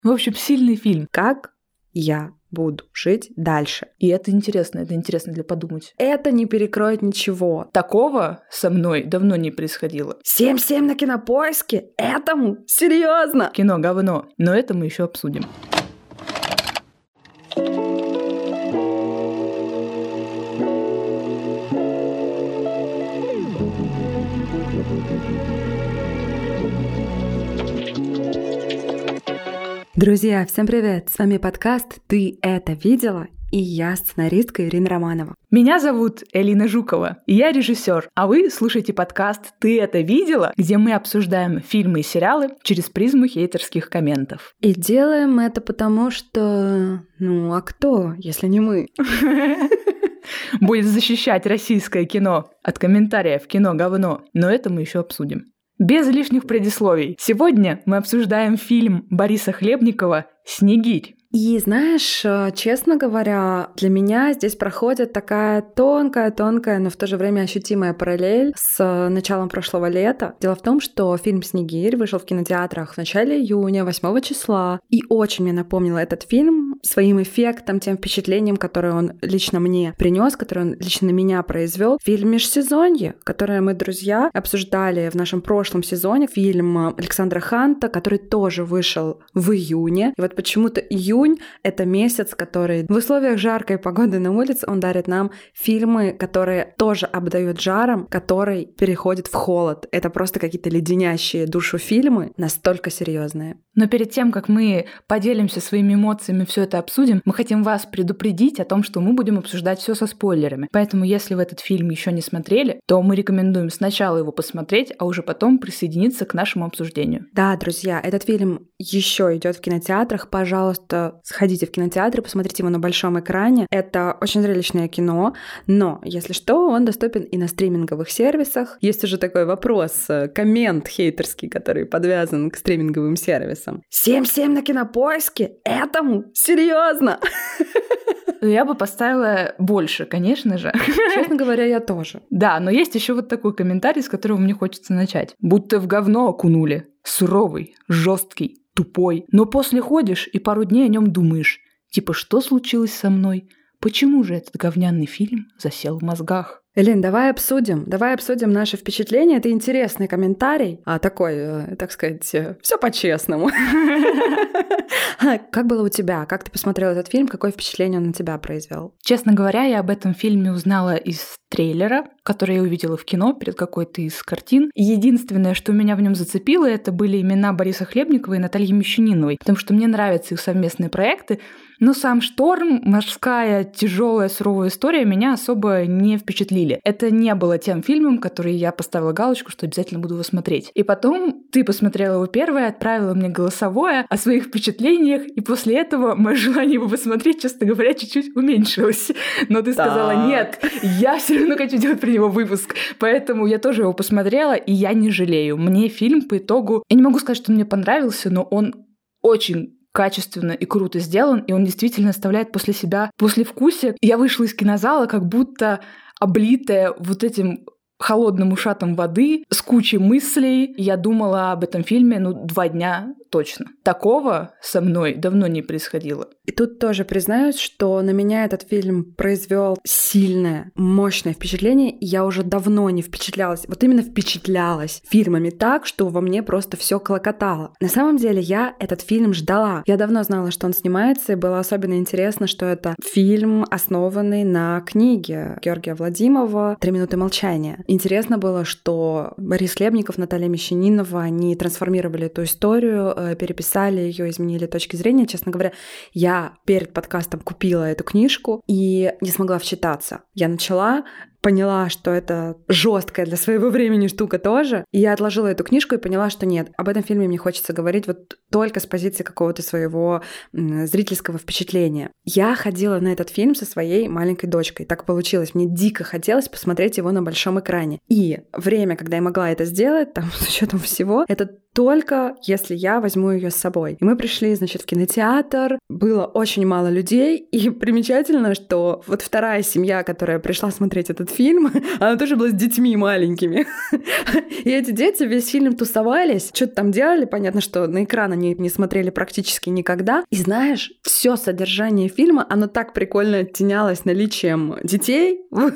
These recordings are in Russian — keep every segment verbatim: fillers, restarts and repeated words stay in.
В общем, сильный фильм. Как я буду жить дальше. И это интересно, это интересно для подумать. Это не перекроет ничего. Такого со мной давно не происходило. семь семь на Кинопоиске? Этому? Серьезно? Кино говно, но это мы еще обсудим. Друзья, всем привет! С вами подкаст «Ты это видела?» И я сценаристка Ирина Романова. Меня зовут Элина Жукова, и я режиссер, а вы слушаете подкаст «Ты это видела?», где мы обсуждаем фильмы и сериалы через призму хейтерских комментов. И делаем это потому, что... Ну, а кто, если не мы? Будет защищать российское кино от комментариев «Кино говно», но это мы еще обсудим. Без лишних предисловий. Сегодня мы обсуждаем фильм Бориса Хлебникова «Снегирь». И знаешь, честно говоря, для меня здесь проходит такая тонкая-тонкая, но в то же время ощутимая параллель с началом прошлого лета. Дело в том, что фильм «Снегирь» вышел в кинотеатрах в начале июня, восьмого числа, и очень мне напомнил этот фильм своим эффектом, тем впечатлением, которое он лично мне принес, которое он лично на меня произвел. Фильм «Межсезонье», который мы, друзья, обсуждали в нашем прошлом сезоне, фильм Александра Ханта, который тоже вышел в июне. И вот почему-то июнь — это месяц, который в условиях жаркой погоды на улице он дарит нам фильмы, которые тоже обдают жаром, который переходит в холод. Это просто какие-то леденящие душу фильмы, настолько серьезные. Но перед тем, как мы поделимся своими эмоциями, все это обсудим, мы хотим вас предупредить о том, что мы будем обсуждать все со спойлерами. Поэтому, если вы этот фильм еще не смотрели, то мы рекомендуем сначала его посмотреть, а уже потом присоединиться к нашему обсуждению. Да, друзья, этот фильм еще идет в кинотеатрах. Пожалуйста, сходите в кинотеатр, посмотрите его на большом экране. Это очень зрелищное кино, но, если что, он доступен и на стриминговых сервисах. Есть уже такой вопрос, коммент хейтерский, который подвязан к стриминговым сервисам. семь семь на Кинопоиске? Этому? Серьезно? Я бы поставила больше, конечно же. Честно говоря, я тоже. Да, но есть еще вот такой комментарий, с которого мне хочется начать. Будто в говно окунули. Суровый, жесткий, тупой. Но после ходишь и пару дней о нем думаешь. Типа, что случилось со мной? Почему же этот говняный фильм засел в мозгах? Элин, давай обсудим, давай обсудим наши впечатления. Это интересный комментарий, а такой, э, так сказать, э, все по-честному. Как было у тебя? Как ты посмотрел этот фильм? Какое впечатление он на тебя произвел? Честно говоря, я об этом фильме узнала из трейлера, который я увидела в кино перед какой-то из картин. И единственное, что меня в нем зацепило, это были имена Бориса Хлебникова и Натальи Мещаниновой, потому что мне нравятся их совместные проекты. Но сам «Шторм», морская, тяжелая, суровая история меня особо не впечатлили. Это не было тем фильмом, который я поставила галочку, что обязательно буду его смотреть. И потом ты посмотрела его первое, отправила мне голосовое о своих впечатлениях, и после этого мое желание его посмотреть, честно говоря, чуть-чуть уменьшилось. Но ты сказала, так. Нет, я все равно хочу делать про него выпуск. Поэтому я тоже его посмотрела, и я не жалею. Мне фильм по итогу... Я не могу сказать, что он мне понравился, но он очень качественно и круто сделан, и он действительно оставляет после себя послевкусие. Я вышла из кинозала как будто облитая вот этим холодным ушатом воды, с кучей мыслей. Я думала об этом фильме, ну, два дня точно. Такого со мной давно не происходило. И тут тоже признаюсь, что на меня этот фильм произвел сильное, мощное впечатление. Я уже давно не впечатлялась, вот именно впечатлялась фильмами так, что во мне просто все клокотало. На самом деле я этот фильм ждала. Я давно знала, что он снимается, и было особенно интересно, что это фильм, основанный на книге Георгия Владимирова «Три минуты молчания». Интересно было, что Борис Хлебников, Наталья Мещанинова, они трансформировали эту историю, переписали ее, изменили точки зрения. Честно говоря, я перед подкастом купила эту книжку и не смогла вчитаться. Я начала, поняла, что это жесткая для своего времени штука тоже. И я отложила эту книжку и поняла, что нет, об этом фильме мне хочется говорить вот только с позиции какого-то своего зрительского впечатления. Я ходила на этот фильм со своей маленькой дочкой. Так получилось. Мне дико хотелось посмотреть его на большом экране. И время, когда я могла это сделать, там, с учетом всего, это только если я возьму ее с собой. И мы пришли, значит, в кинотеатр. Было очень мало людей. И примечательно, что вот вторая семья, которая пришла смотреть этот фильм, она тоже была с детьми маленькими. И эти дети весь фильм тусовались, что-то там делали, понятно, что на экран они не смотрели практически никогда. И знаешь, все содержание фильма, оно так прикольно оттенялось наличием детей в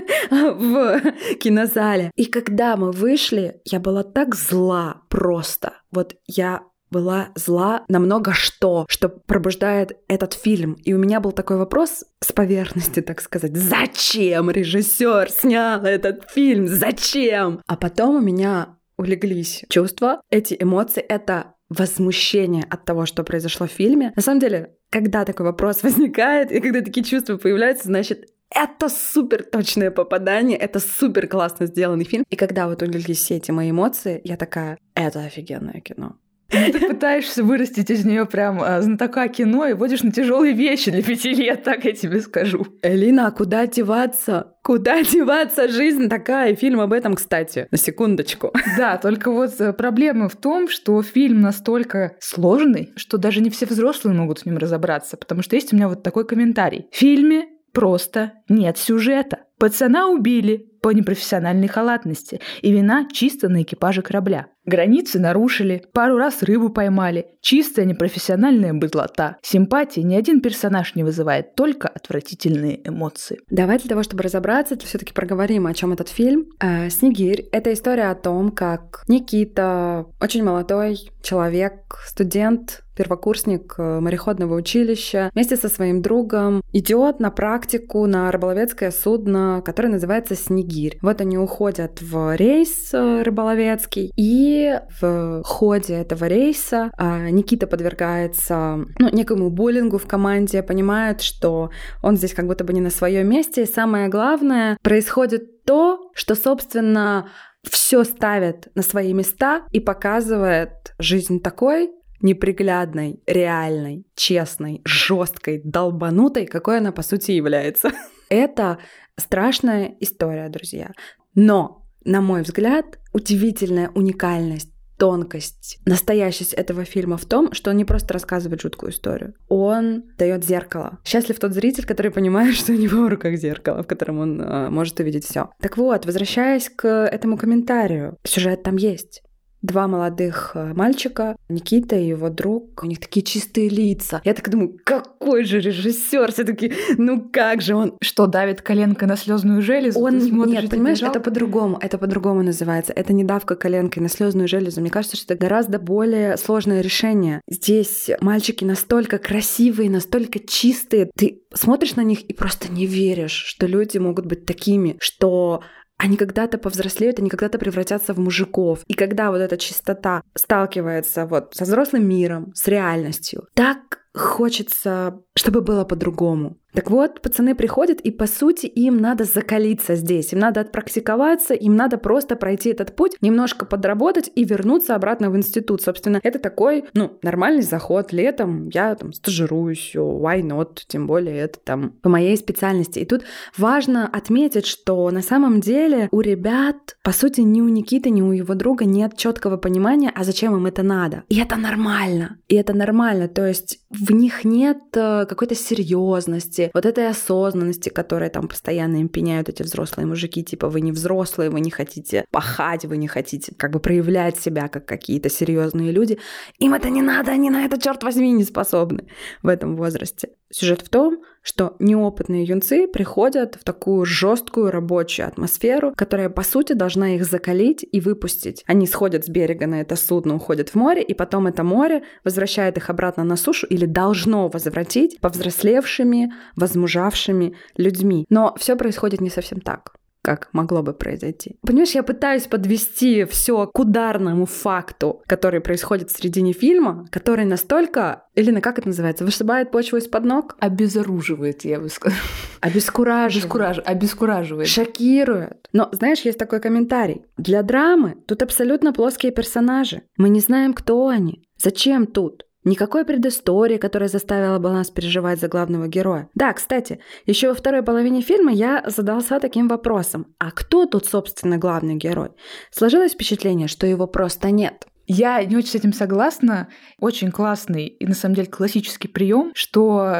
кинозале. И когда мы вышли, я была так зла просто. Вот я была зла на много что, что пробуждает этот фильм. И у меня был такой вопрос с поверхности, так сказать. Зачем режиссер снял этот фильм? Зачем? А потом у меня улеглись чувства. Эти эмоции — это возмущение от того, что произошло в фильме. На самом деле, когда такой вопрос возникает, и когда такие чувства появляются, значит, это супер точное попадание, это супер классно сделанный фильм. И когда вот улеглись все эти мои эмоции, я такая, это офигенное кино. Ты пытаешься вырастить из нее прям а, знатока кино и водишь на тяжелые вещи для пяти лет, так я тебе скажу. Элина, а куда деваться? Куда деваться? Жизнь такая. И фильм об этом, кстати, на секундочку. Да, только вот проблема в том, что фильм настолько сложный, что даже не все взрослые могут в нем разобраться, потому что есть у меня вот такой комментарий. В фильме просто нет сюжета. Пацана убили по непрофессиональной халатности, и вина чисто на экипаже корабля. Границы нарушили, пару раз рыбу поймали. Чистая непрофессиональная быдлота. Симпатии ни один персонаж не вызывает, только отвратительные эмоции. Давай для того, чтобы разобраться, все-таки проговорим, о чем этот фильм. Э, «Снегирь» — это история о том, как Никита, очень молодой человек, студент, первокурсник мореходного училища, вместе со своим другом идет на практику на рыболовецкое судно, которое называется «Снегирь». Вот они уходят в рейс рыболовецкий, и в ходе этого рейса Никита подвергается ну, некому буллингу в команде, понимает, что он здесь как будто бы не на своем месте, и самое главное, происходит то, что, собственно, все ставит на свои места и показывает жизнь такой, неприглядной, реальной, честной, жесткой, долбанутой, какой она по сути является. Это страшная история, друзья. Но, на мой взгляд, удивительная уникальность, тонкость, настоящесть этого фильма в том, что он не просто рассказывает жуткую историю, он дает зеркало. Счастлив тот зритель, который понимает, что у него в руках зеркало, в котором он э, может увидеть все. Так вот, возвращаясь к этому комментарию, сюжет там есть. Два молодых мальчика, Никита и его друг, у них такие чистые лица. Я так думаю, какой же режиссер, все таки, ну как же он... Что, давит коленкой на слезную железу? Он... Нет, понимаешь, это по-другому, это по-другому называется. Это не давка коленкой на слезную железу. Мне кажется, что это гораздо более сложное решение. Здесь мальчики настолько красивые, настолько чистые. Ты смотришь на них и просто не веришь, что люди могут быть такими, что... Они когда-то повзрослеют, они когда-то превратятся в мужиков. И когда вот эта чистота сталкивается вот со взрослым миром, с реальностью, так хочется, чтобы было по-другому. Так вот, пацаны приходят, и, по сути, им надо закалиться здесь, им надо отпрактиковаться, им надо просто пройти этот путь, немножко подработать и вернуться обратно в институт. Собственно, это такой, ну, нормальный заход. Летом я там стажируюсь, why not, тем более это там по моей специальности. И тут важно отметить, что на самом деле у ребят, по сути, ни у Никиты, ни у его друга нет четкого понимания, а зачем им это надо. И это нормально. И это нормально. То есть в них нет какой-то серьезности, вот этой осознанности, которая там постоянно им пеняют эти взрослые мужики, типа вы не взрослые, вы не хотите пахать, вы не хотите как бы проявлять себя как какие-то серьезные люди. Им это не надо, они на это, черт возьми, не способны в этом возрасте. Сюжет в том, что неопытные юнцы приходят в такую жесткую рабочую атмосферу, которая, по сути, должна их закалить и выпустить. Они сходят с берега на это судно, уходят в море, и потом это море возвращает их обратно на сушу или должно возвратить повзрослевшими, возмужавшими людьми. Но все происходит не совсем так, как могло бы произойти. Понимаешь, я пытаюсь подвести все к ударному факту, который происходит в середине фильма, который настолько, или на как это называется, вышибает почву из-под ног? Обезоруживает, я бы сказала. Обескураживает. Обескураж... Обескураживает. Шокирует. Но, знаешь, есть такой комментарий. Для драмы тут абсолютно плоские персонажи. Мы не знаем, кто они. Зачем тут? Никакой предыстории, которая заставила бы нас переживать за главного героя. Да, кстати, еще во второй половине фильма я задался таким вопросом. А кто тут, собственно, главный герой? Сложилось впечатление, что его просто нет. Я не очень с этим согласна. Очень классный и, на самом деле, классический прием, что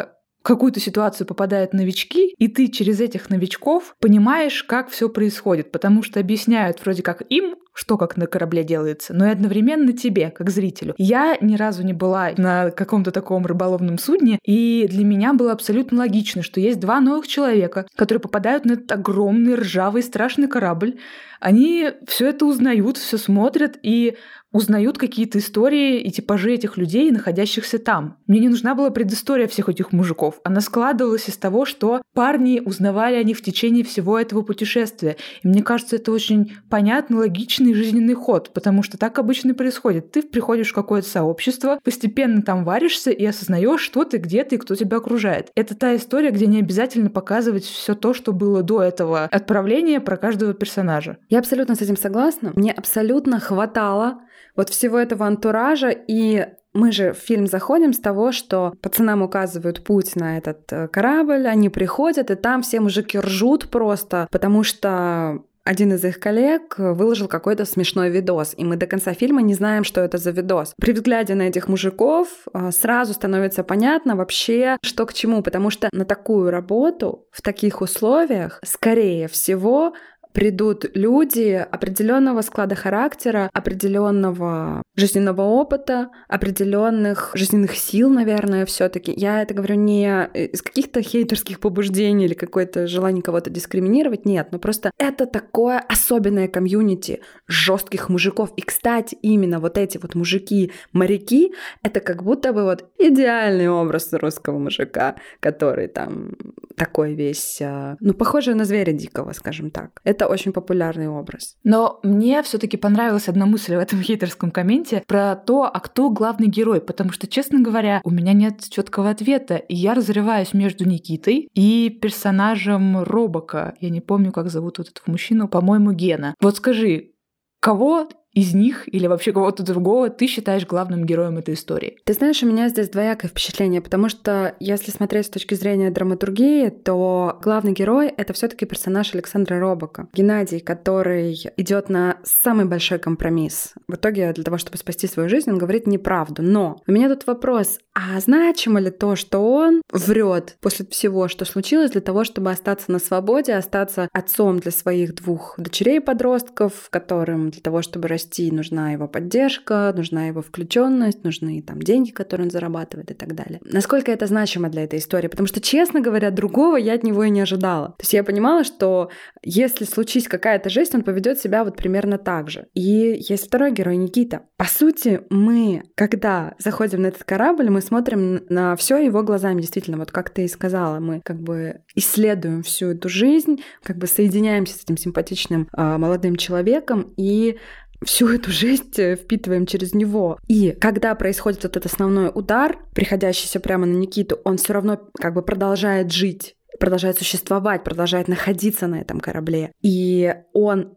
какую-то ситуацию попадают новички, и ты через этих новичков понимаешь, как все происходит, потому что объясняют вроде как им, что как на корабле делается, но и одновременно тебе, как зрителю. Я ни разу не была на каком-то таком рыболовном судне, и для меня было абсолютно логично, что есть два новых человека, которые попадают на этот огромный, ржавый, страшный корабль. Они все это узнают, все смотрят и узнают какие-то истории и типажи этих людей, находящихся там. Мне не нужна была предыстория всех этих мужиков. Она складывалась из того, что парни узнавали о них в течение всего этого путешествия. И мне кажется, это очень понятный, логичный жизненный ход, потому что так обычно и происходит. Ты приходишь в какое-то сообщество, постепенно там варишься и осознаешь, что ты, где ты и кто тебя окружает. Это та история, где не обязательно показывать все то, что было до этого отправления про каждого персонажа. Я абсолютно с этим согласна. Мне абсолютно хватало вот всего этого антуража, и мы же в фильм заходим с того, что пацанам указывают путь на этот корабль, они приходят, и там все мужики ржут просто, потому что один из их коллег выложил какой-то смешной видос, и мы до конца фильма не знаем, что это за видос. При взгляде на этих мужиков сразу становится понятно вообще, что к чему, потому что на такую работу в таких условиях, скорее всего, придут люди определенного склада характера, определенного жизненного опыта, определенных жизненных сил, наверное, все-таки. Я это говорю не из каких-то хейтерских побуждений или какое-то желание кого-то дискриминировать, нет, но просто это такое особенное комьюнити жестких мужиков. И, кстати, именно вот эти вот мужики-моряки, это как будто бы вот идеальный образ русского мужика, который там такой весь, ну, похожий на зверя дикого, скажем так. Это очень популярный образ. Но мне все-таки понравилась одна мысль в этом хейтерском комменте про то, а кто главный герой, потому что, честно говоря, у меня нет четкого ответа, и я разрываюсь между Никитой и персонажем Робока. Я не помню, как зовут вот этого мужчину, по-моему, Гена. Вот скажи, кого из них или вообще кого-то другого ты считаешь главным героем этой истории? Ты знаешь, у меня здесь двоякое впечатление, потому что если смотреть с точки зрения драматургии, то главный герой — это все-таки персонаж Александра Робока. Геннадий, который идет на самый большой компромисс. В итоге для того, чтобы спасти свою жизнь, он говорит неправду. Но у меня тут вопрос, а значимо ли то, что он врет после всего, что случилось, для того, чтобы остаться на свободе, остаться отцом для своих двух дочерей-подростков, которым для того, чтобы расти, нужна его поддержка, нужна его включенность, нужны там деньги, которые он зарабатывает и так далее. Насколько это значимо для этой истории? Потому что, честно говоря, другого я от него и не ожидала. То есть я понимала, что если случись какая-то жесть, он поведет себя вот примерно так же. И есть второй герой, Никита. По сути, мы, когда заходим на этот корабль, мы смотрим на все его глазами. Действительно, вот как ты и сказала, мы как бы исследуем всю эту жизнь, как бы соединяемся с этим симпатичным э, молодым человеком и всю эту жесть впитываем через него. И когда происходит вот этот основной удар, приходящийся прямо на Никиту, он все равно как бы продолжает жить, продолжает существовать, продолжает находиться на этом корабле. И он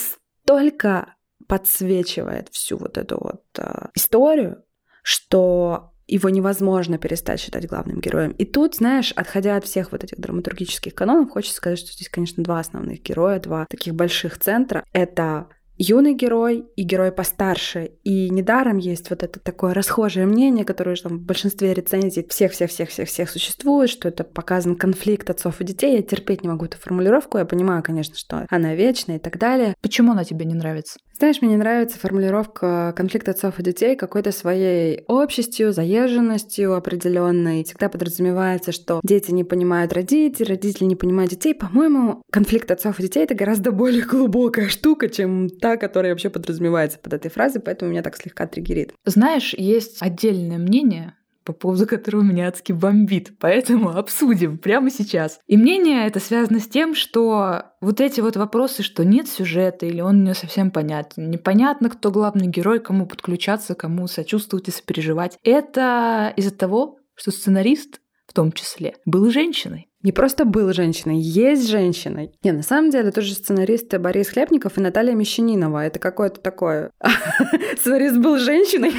настолько подсвечивает всю вот эту вот э, историю, что его невозможно перестать считать главным героем. И тут, знаешь, отходя от всех вот этих драматургических канонов, хочется сказать, что здесь, конечно, два основных героя, два таких больших центра. Это юный герой и герой постарше. И недаром есть вот это такое расхожее мнение, которое же там в большинстве рецензий всех-всех-всех-всех-всех существует, что это показан конфликт отцов и детей. Я терпеть не могу эту формулировку. Я понимаю, конечно, что она вечная и так далее. Почему она тебе не нравится? Знаешь, мне не нравится формулировка конфликт отцов и детей какой-то своей общестью, заезженностью определенной. Всегда подразумевается, что дети не понимают родителей, родители не понимают детей. По-моему, конфликт отцов и детей — это гораздо более глубокая штука, чем та, которая вообще подразумевается под этой фразой, поэтому меня так слегка триггерит. Знаешь, есть отдельное мнение, по поводу которого меня адски бомбит, поэтому обсудим прямо сейчас. И мнение это связано с тем, что вот эти вот вопросы, что нет сюжета или он не совсем понятен, непонятно, кто главный герой, кому подключаться, кому сочувствовать и сопереживать, это из-за того, что сценарист в том числе был женщиной. Не просто был женщиной, есть женщиной. Не, на самом деле, тоже сценаристы Борис Хлебников и Наталья Мещанинова. Это какое-то такое... Сценарист был женщиной?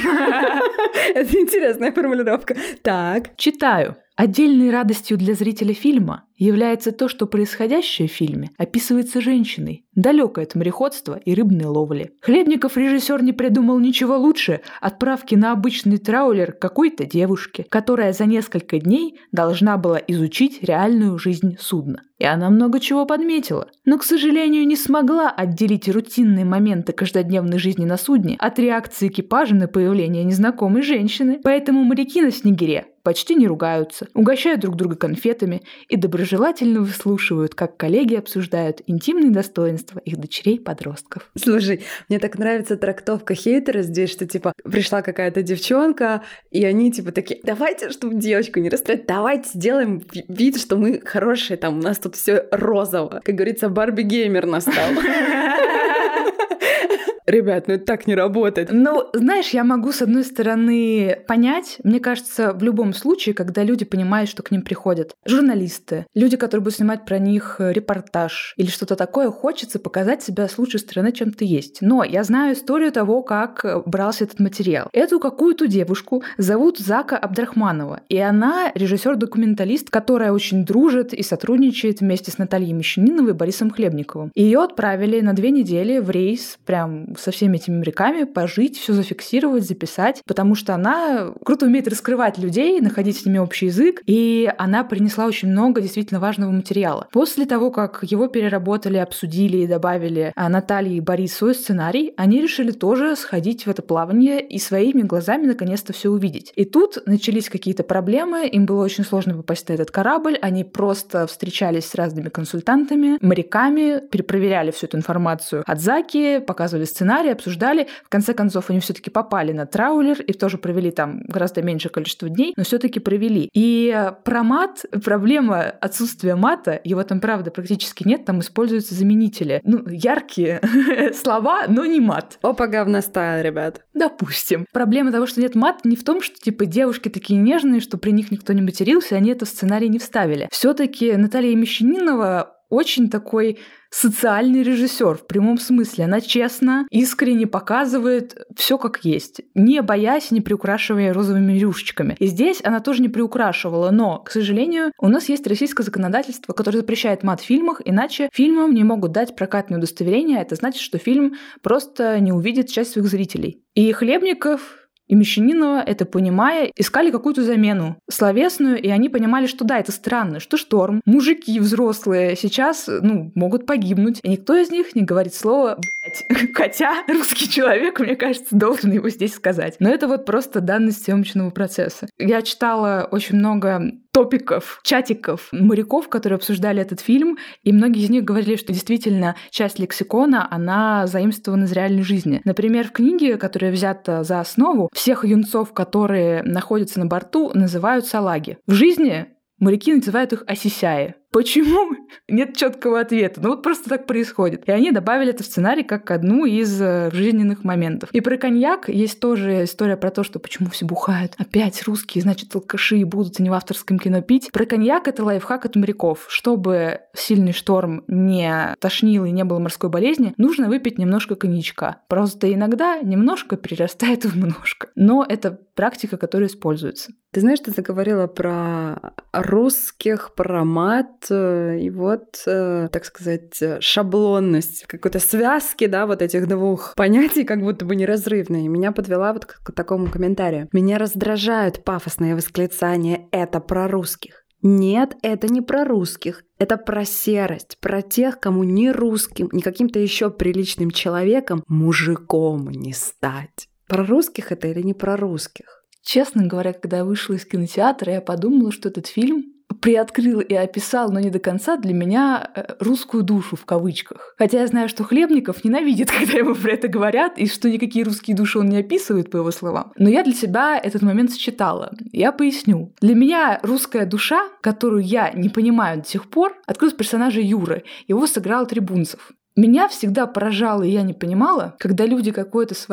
Это интересная формулировка. Так. Читаю. Отдельной радостью для зрителя фильма является то, что происходящее в фильме описывается женщиной, далекой от мореходства и рыбной ловли. Хлебников режиссер не придумал ничего лучше отправки на обычный траулер какой-то девушке, которая за несколько дней должна была изучить реальную жизнь судна. И она много чего подметила, но, к сожалению, не смогла отделить рутинные моменты каждодневной жизни на судне от реакции экипажа на появление незнакомой женщины. Поэтому моряки на Снегире почти не ругаются, угощают друг друга конфетами и доброжелательно выслушивают, как коллеги обсуждают интимные достоинства их дочерей-подростков. Слушай, мне так нравится трактовка хейтера здесь, что типа пришла какая-то девчонка, и они типа такие: давайте, чтобы девочку не расстраивать, давайте сделаем вид, что мы хорошие, там у нас тут все розово. Как говорится, Барби-геймер настал. Ребят, ну это так не работает. Ну, знаешь, я могу, с одной стороны, понять. Мне кажется, в любом случае, когда люди понимают, что к ним приходят журналисты, люди, которые будут снимать про них репортаж или что-то такое, хочется показать себя с лучшей стороны, чем ты есть. Но я знаю историю того, как брался этот материал. Эту какую-то девушку зовут Зака Абдрахманова, и она режиссер-документалист, которая очень дружит и сотрудничает вместе с Натальей Мещаниновой и Борисом Хлебниковым. Ее отправили на две недели в рейс прям со всеми этими моряками, пожить, все зафиксировать, записать, потому что она круто умеет раскрывать людей, находить с ними общий язык, и она принесла очень много действительно важного материала. После того, как его переработали, обсудили и добавили Наталье и Борису свой сценарий, они решили тоже сходить в это плавание и своими глазами наконец-то все увидеть. И тут начались какие-то проблемы, им было очень сложно попасть на этот корабль, они просто встречались с разными консультантами, моряками, перепроверяли всю эту информацию от Заки, показывали сценарий, обсуждали. В конце концов, они все-таки попали на траулер и тоже провели там гораздо меньшее количество дней, но все-таки провели. И про мат, проблема отсутствия мата, его там, правда, практически нет, там используются заменители. Ну, яркие слова, но не мат. Опа, говно стайл, ребят. Допустим. Проблема того, что нет мата, не в том, что, типа, девушки такие нежные, что при них никто не матерился, они это в сценарий не вставили. Все-таки Наталья Мещанинова очень такой социальный режиссер в прямом смысле. Она честно, искренне показывает все как есть, не боясь, не приукрашивая розовыми рюшечками. И здесь она тоже не приукрашивала, но, к сожалению, у нас есть российское законодательство, которое запрещает мат в фильмах, иначе фильмам не могут дать прокатное удостоверение, это значит, что фильм просто не увидит часть своих зрителей. И Хлебников и Мещанинова, это понимая, искали какую-то замену словесную, и они понимали, что да, это странно, что шторм, мужики взрослые сейчас, ну, могут погибнуть, и никто из них не говорит слово «блядь». Хотя русский человек, мне кажется, должен его здесь сказать. Но это вот просто данность съемочного процесса. Я читала очень много топиков, чатиков моряков, которые обсуждали этот фильм, и многие из них говорили, что действительно часть лексикона, она заимствована из реальной жизни. Например, в книге, которая взята за основу, всех юнцов, которые находятся на борту, называют салаги. В жизни моряки называют их осисяи. Почему? Нет четкого ответа. Ну вот просто так происходит. И они добавили это в сценарий как одну из жизненных моментов. И про коньяк есть тоже история про то, что почему все бухают. Опять русские, значит, алкаши и будут они в авторском кино пить. Про коньяк — это лайфхак от моряков. Чтобы сильный шторм не тошнил и не было морской болезни, нужно выпить немножко коньячка. Просто иногда немножко перерастает в множко. Но это практика, которая используется. Ты знаешь, ты заговорила про русских, про мат, и вот, так сказать, шаблонность какой-то связки, да, вот этих двух понятий, как будто бы неразрывные. Меня подвела вот к такому комментарию. Меня раздражают пафосные восклицания «это про русских». Нет, это не про русских. Это про серость, про тех, кому ни русским, ни каким-то еще приличным человеком мужиком не стать. Про русских это или не про русских? Честно говоря, когда я вышла из кинотеатра, я подумала, что этот фильм приоткрыл и описал, но не до конца, для меня русскую душу в кавычках. Хотя я знаю, что Хлебников ненавидит, когда ему про это говорят, и что никакие русские души он не описывает, по его словам. Но я для себя этот момент считала. Я поясню. Для меня русская душа, которую я не понимаю до сих пор, открылась персонажа Юры. Его сыграл Трибунцев. Меня всегда поражало, и я не понимала, когда люди какое-то свое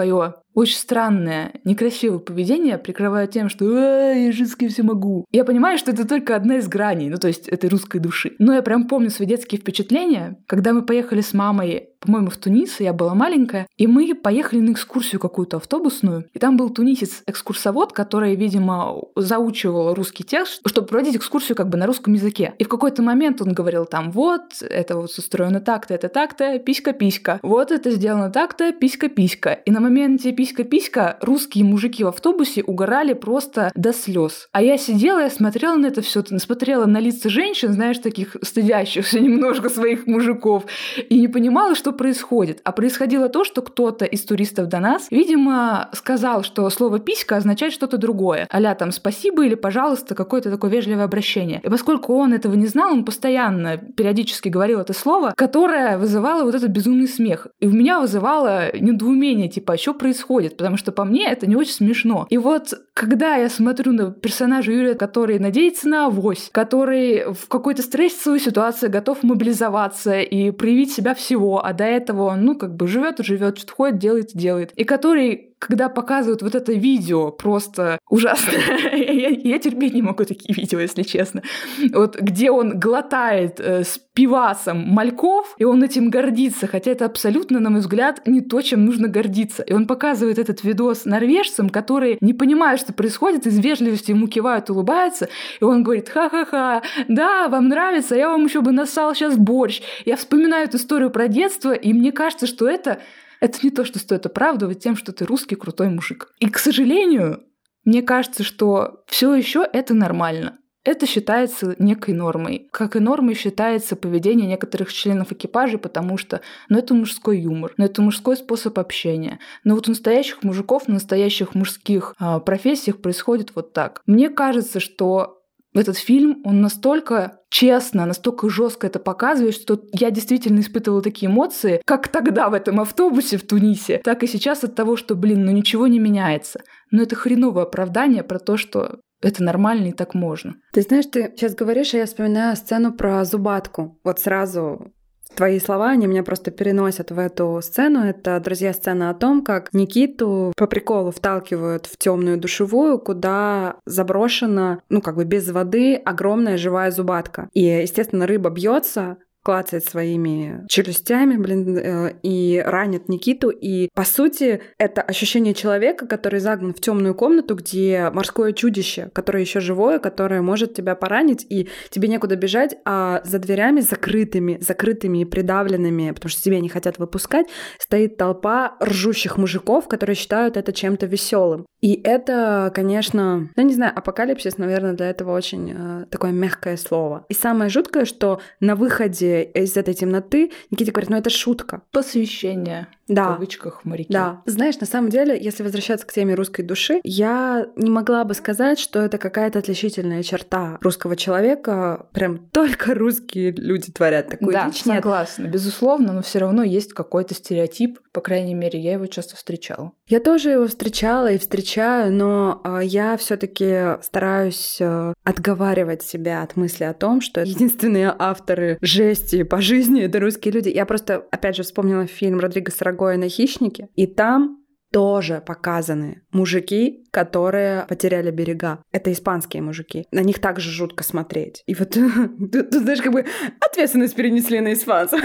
очень странное, некрасивое поведение прикрывают тем, что «А, я женский все могу». Я понимаю, что это только одна из граней, ну то есть этой русской души. Но я прям помню свои детские впечатления, когда мы поехали с мамой, по-моему, в Тунис, я была маленькая, и мы поехали на экскурсию какую-то автобусную, и там был тунисец-экскурсовод, который, видимо, заучивал русский текст, чтобы проводить экскурсию как бы на русском языке. И в какой-то момент он говорил там: вот, это вот устроено так-то, это так-то, писька-писька. Вот это сделано так-то, писька-писька. И на моменте писька-писька русские мужики в автобусе угорали просто до слез. А я сидела, я смотрела на это все, смотрела на лица женщин, знаешь, таких стыдящихся немножко своих мужиков, и не понимала, что происходит. А происходило то, что кто-то из туристов до нас, видимо, сказал, что слово «писька» означает что-то другое. А-ля там «спасибо» или «пожалуйста», какое-то такое вежливое обращение. И поскольку он этого не знал, он постоянно, периодически говорил это слово, которое вызывало вот этот безумный смех. И у меня вызывало недоумение, типа, а что происходит? Потому что по мне это не очень смешно. И вот когда я смотрю на персонажа Юрия, который надеется на авось, который в какой-то стрессовой ситуации готов мобилизоваться и проявить себя всего, а до этого он, ну, как бы живет и живет, что-то ходит, делает и делает. И который, когда показывают вот это видео, просто ужасно. я, я терпеть не могу такие видео, если честно. Вот где он глотает э, с пивасом мальков, и он этим гордится, хотя это абсолютно, на мой взгляд, не то, чем нужно гордиться. И он показывает этот видос норвежцам, которые не понимают, что происходит, из вежливости ему кивают, улыбаются, и он говорит: ха-ха-ха, да, вам нравится, я вам еще бы нассал сейчас борщ. Я вспоминаю эту историю про детство, и мне кажется, что это Это не то, что стоит оправдывать тем, что ты русский крутой мужик. И, к сожалению, мне кажется, что все еще это нормально. Это считается некой нормой. Как и нормой считается поведение некоторых членов экипажей, потому что, ну, это мужской юмор, но это мужской способ общения. Но вот у настоящих мужиков, на настоящих мужских э, профессиях происходит вот так. Мне кажется, что этот фильм, он настолько честно, настолько жестко это показывает, что я действительно испытывала такие эмоции, как тогда в этом автобусе в Тунисе, так и сейчас от того, что, блин, ну ничего не меняется. Но это хреновое оправдание про то, что это нормально и так можно. Ты знаешь, ты сейчас говоришь, а я вспоминаю сцену про Зубатку. Вот сразу твои слова, они меня просто переносят в эту сцену. Это, друзья, сцена о том, как Никиту по приколу вталкивают в темную душевую, куда заброшена, ну, как бы без воды, огромная живая зубатка. И, естественно, рыба бьется, клацает своими челюстями, блин, и ранит Никиту. И, по сути, это ощущение человека, который загнан в темную комнату, где морское чудище, которое еще живое, которое может тебя поранить, и тебе некуда бежать, а за дверями закрытыми, закрытыми и придавленными, потому что тебя не хотят выпускать, стоит толпа ржущих мужиков, которые считают это чем-то веселым. И это, конечно, ну не знаю, апокалипсис, наверное, для этого очень э, такое мягкое слово. И самое жуткое, что на выходе из этой темноты Никита говорит: ну это шутка. Посвящение. Да. В кавычках моряки. Да. Знаешь, на самом деле, если возвращаться к теме русской души, я не могла бы сказать, что это какая-то отличительная черта русского человека. Прям только русские люди творят такую да, дичь. Да, согласна. Безусловно, но все равно есть какой-то стереотип. По крайней мере, я его часто встречала. Я тоже его встречала и встречаю, но э, я все-таки стараюсь э, отговаривать себя от мысли о том, что единственные авторы жести по жизни — это русские люди. Я просто, опять же, вспомнила фильм Родригеса Рагоэна «Хищники», и там тоже показаны мужики, которые потеряли берега. Это испанские мужики. На них также жутко смотреть. И вот, тут, знаешь, как бы ответственность перенесли на испанцев.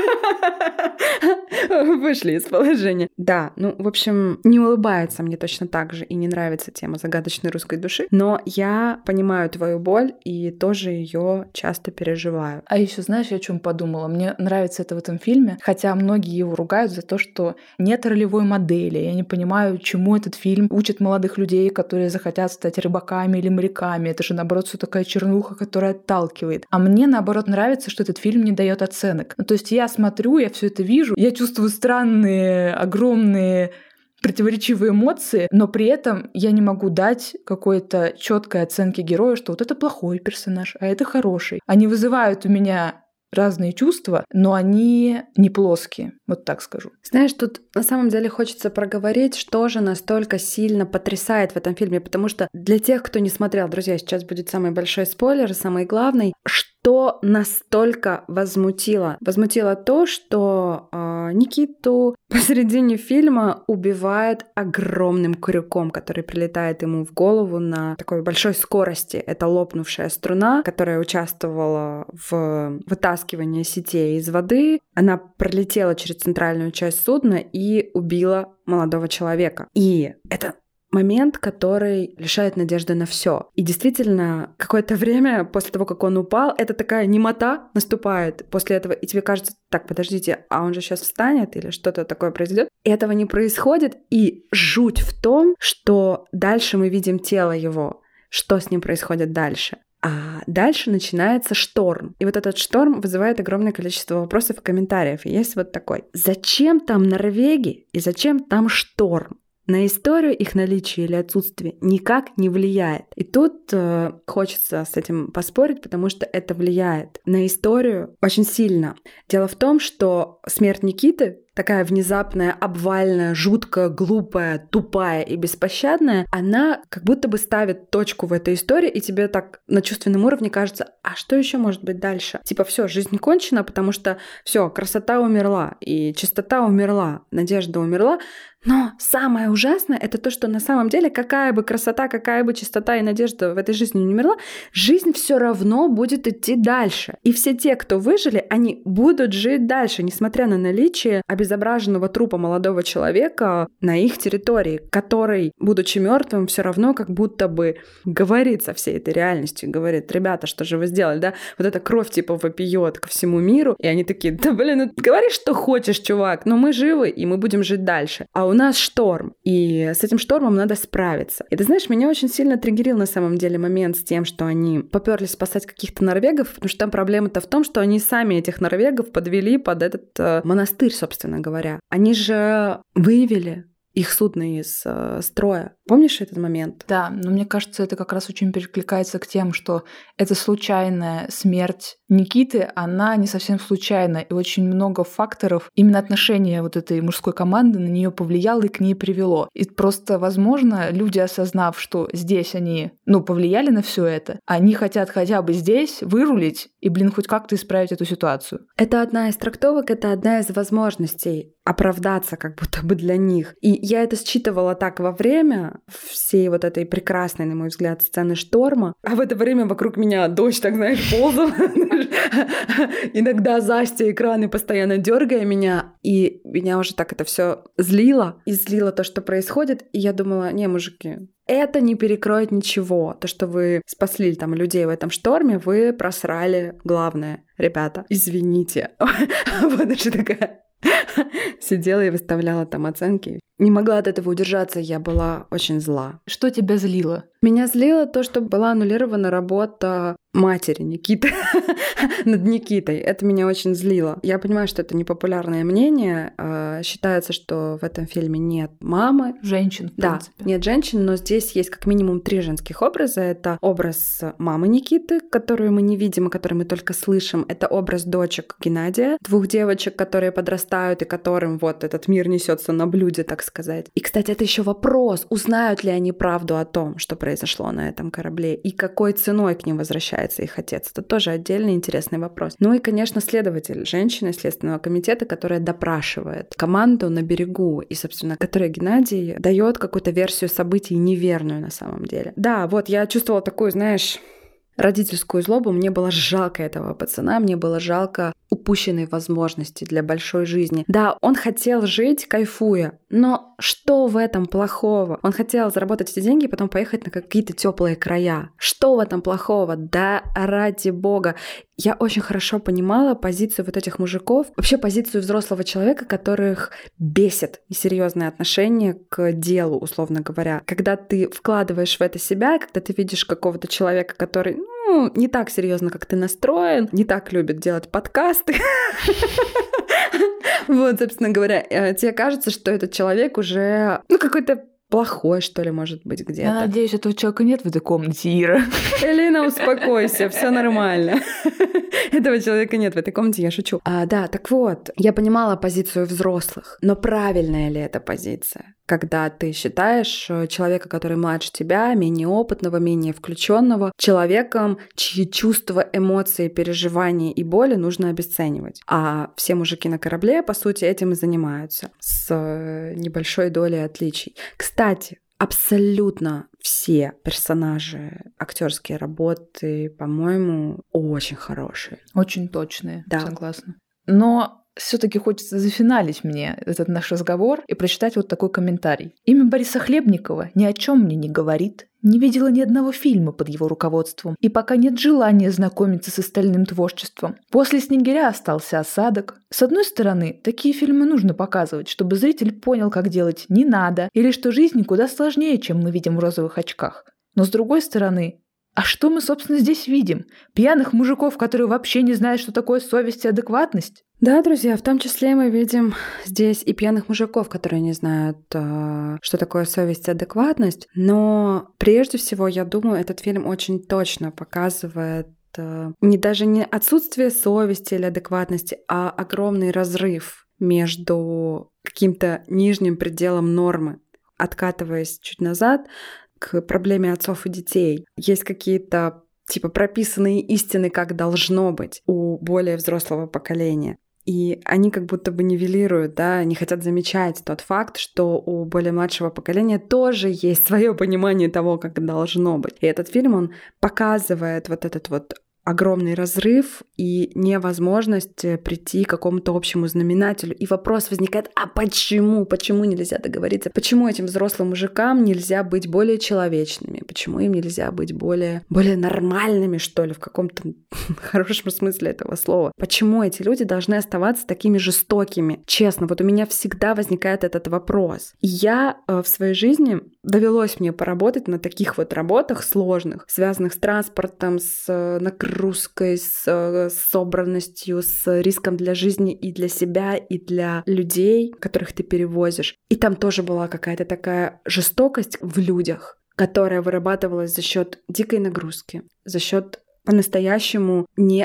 Вышли из положения. Да, ну, в общем, не улыбается мне точно так же и не нравится тема загадочной русской души, но я понимаю твою боль и тоже ее часто переживаю. А еще знаешь, я о чем подумала? Мне нравится это в этом фильме, хотя многие его ругают за то, что нет ролевой модели. Я не понимаю, чему этот фильм учит молодых людей, которые захотят стать рыбаками или моряками. Это же, наоборот, все такая чернуха, которая отталкивает. А мне, наоборот, нравится, что этот фильм не дает оценок. Ну, то есть я смотрю, я все это вижу, я чувствую странные, огромные противоречивые эмоции, но при этом я не могу дать какой-то четкой оценки герою, что вот это плохой персонаж, а это хороший. Они вызывают у меня разные чувства, но они не плоские, вот так скажу. Знаешь, тут на самом деле хочется проговорить, что же настолько сильно потрясает в этом фильме, потому что для тех, кто не смотрел, друзья, сейчас будет самый большой спойлер, самый главный, что что настолько возмутило? Возмутило то, что э, Никиту посередине фильма убивает огромным крюком, который прилетает ему в голову на такой большой скорости. Это лопнувшая струна, которая участвовала в вытаскивании сетей из воды. Она пролетела через центральную часть судна и убила молодого человека. И это момент, который лишает надежды на все. И действительно, какое-то время после того, как он упал, это такая немота наступает после этого, и тебе кажется, так, подождите, а он же сейчас встанет или что-то такое произойдет. И этого не происходит, и жуть в том, что дальше мы видим тело его, что с ним происходит дальше. А дальше начинается шторм. И вот этот шторм вызывает огромное количество вопросов и комментариев. И есть вот такой: зачем там норвеги и зачем там шторм? На историю их наличие или отсутствие никак не влияет. И тут э, хочется с этим поспорить, потому что это влияет на историю очень сильно. Дело в том, что смерть Никиты, такая внезапная, обвальная, жуткая, глупая, тупая и беспощадная, она как будто бы ставит точку в этой истории, и тебе так на чувственном уровне кажется, а что еще может быть дальше? Типа все, жизнь кончена, потому что все, красота умерла, и чистота умерла, надежда умерла. Но самое ужасное — это то, что на самом деле, какая бы красота, какая бы чистота и надежда в этой жизни не умерла, жизнь все равно будет идти дальше. И все те, кто выжили, они будут жить дальше, несмотря на наличие обезображенного трупа молодого человека на их территории, который, будучи мертвым, все равно как будто бы говорит со всей этой реальностью, говорит: ребята, что же вы сделали, да? Вот эта кровь типа вопиет ко всему миру, и они такие: да блин, ну говори, что хочешь, чувак, но мы живы, и мы будем жить дальше. А у нас шторм, и с этим штормом надо справиться. И ты знаешь, меня очень сильно триггерил на самом деле момент с тем, что они попёрлись спасать каких-то норвегов, потому что там проблема-то в том, что они сами этих норвегов подвели под этот э, монастырь, собственно говоря. Они же вывели их судно из э, строя. Помнишь этот момент? Да, но мне кажется, это как раз очень перекликается к тем, что эта случайная смерть Никиты, она не совсем случайна, и очень много факторов, именно отношения вот этой мужской команды на нее повлияло и к ней привело. И просто, возможно, люди, осознав, что здесь они, ну, повлияли на все это, они хотят хотя бы здесь вырулить и, блин, хоть как-то исправить эту ситуацию. Это одна из трактовок, это одна из возможностей оправдаться как будто бы для них. И я это считывала так во время всей вот этой прекрасной, на мой взгляд, сцены шторма. А в это время вокруг меня дождь, так знаешь, ползал. Иногда Застя экраны, постоянно дергая меня. И меня уже так это все злило. И злило то, что происходит. И я думала: не, мужики, это не перекроет ничего. То, что вы спасли там людей в этом шторме, вы просрали главное. Ребята, извините. Вот даже такая... Сидела и выставляла там оценки. Не могла от этого удержаться, я была очень зла. Что тебя злило? Меня злило то, что была аннулирована работа матери Никиты над Никитой. Это меня очень злило. Я понимаю, что это непопулярное мнение. Считается, что в этом фильме нет мамы. Женщин, в да, принципе. Нет женщин, но здесь есть как минимум три женских образа. Это образ мамы Никиты, которую мы не видим, и которую мы только слышим. Это образ дочек Геннадия, двух девочек, которые подрастают и которым вот этот мир несется на блюде, так сказать. И, кстати, это еще вопрос, узнают ли они правду о том, что произошло на этом корабле, и какой ценой к ним возвращается их отец. Это тоже отдельный интересный вопрос. Ну и, конечно, следователь, женщина Следственного комитета, которая допрашивает команду на берегу, и, собственно, которая Геннадий дает какую-то версию событий неверную на самом деле. Да, вот я чувствовала такую, знаешь, родительскую злобу. Мне было жалко этого пацана, мне было жалко упущенной возможности для большой жизни. Да, он хотел жить, кайфуя, но что в этом плохого? Он хотел заработать эти деньги и потом поехать на какие-то теплые края. Что в этом плохого? Да ради бога. Я очень хорошо понимала позицию вот этих мужиков, вообще позицию взрослого человека, которых бесит несерьезное отношение к делу, условно говоря. Когда ты вкладываешь в это себя, когда ты видишь какого-то человека, который, ну, не так серьезно, как ты настроен, не так любит делать подкасты. Вот, собственно говоря, тебе кажется, что этот человек уже, ну, какой-то плохой, что ли, может быть, где-то. Я надеюсь, этого человека нет в этой комнате, Ира. Элина, успокойся, все нормально. Этого человека нет в этой комнате, я шучу. А, да, так вот, я понимала позицию взрослых, но правильная ли эта позиция? когда ты считаешь человека, который младше тебя, менее опытного, менее включенного, человеком, чьи чувства, эмоции, переживания и боли нужно обесценивать. А все мужики на корабле, по сути, этим и занимаются, с небольшой долей отличий. Кстати, абсолютно все персонажи, актерские работы, по-моему, очень хорошие. Очень точные, да. Согласна. Но все-таки хочется зафиналить мне этот наш разговор и прочитать вот такой комментарий. Имя Бориса Хлебникова ни о чем мне не говорит. Не видела ни одного фильма под его руководством, и пока нет желания знакомиться с остальным творчеством. После «Снегиря» остался осадок. С одной стороны, такие фильмы нужно показывать, чтобы зритель понял, как делать не надо, или что жизнь куда сложнее, чем мы видим в розовых очках. Но с другой стороны, а что мы, собственно, здесь видим? Пьяных мужиков, которые вообще не знают, что такое совесть и адекватность? Да, друзья, в том числе мы видим здесь и пьяных мужиков, которые не знают, что такое совесть и адекватность. Но прежде всего, я думаю, этот фильм очень точно показывает не даже не отсутствие совести или адекватности, а огромный разрыв между каким-то нижним пределом нормы. Откатываясь чуть назад к проблеме отцов и детей, есть какие-то типа прописанные истины, как должно быть у более взрослого поколения. И они как будто бы нивелируют, да, не хотят замечать тот факт, что у более младшего поколения тоже есть свое понимание того, как должно быть. И этот фильм, он показывает вот этот вот огромный разрыв и невозможность прийти к какому-то общему знаменателю. И вопрос возникает, а почему? Почему нельзя договориться? Почему этим взрослым мужикам нельзя быть более человечными? Почему им нельзя быть более, более нормальными, что ли, в каком-то хорошем смысле этого слова? Почему эти люди должны оставаться такими жестокими? Честно, вот у меня всегда возникает этот вопрос. И я в своей жизни довелось мне поработать на таких вот работах сложных, связанных с транспортом, с накрытием, русской, с собранностью, с риском для жизни и для себя, и для людей, которых ты перевозишь. И там тоже была какая-то такая жестокость в людях, которая вырабатывалась за счет дикой нагрузки, за счет по-настоящему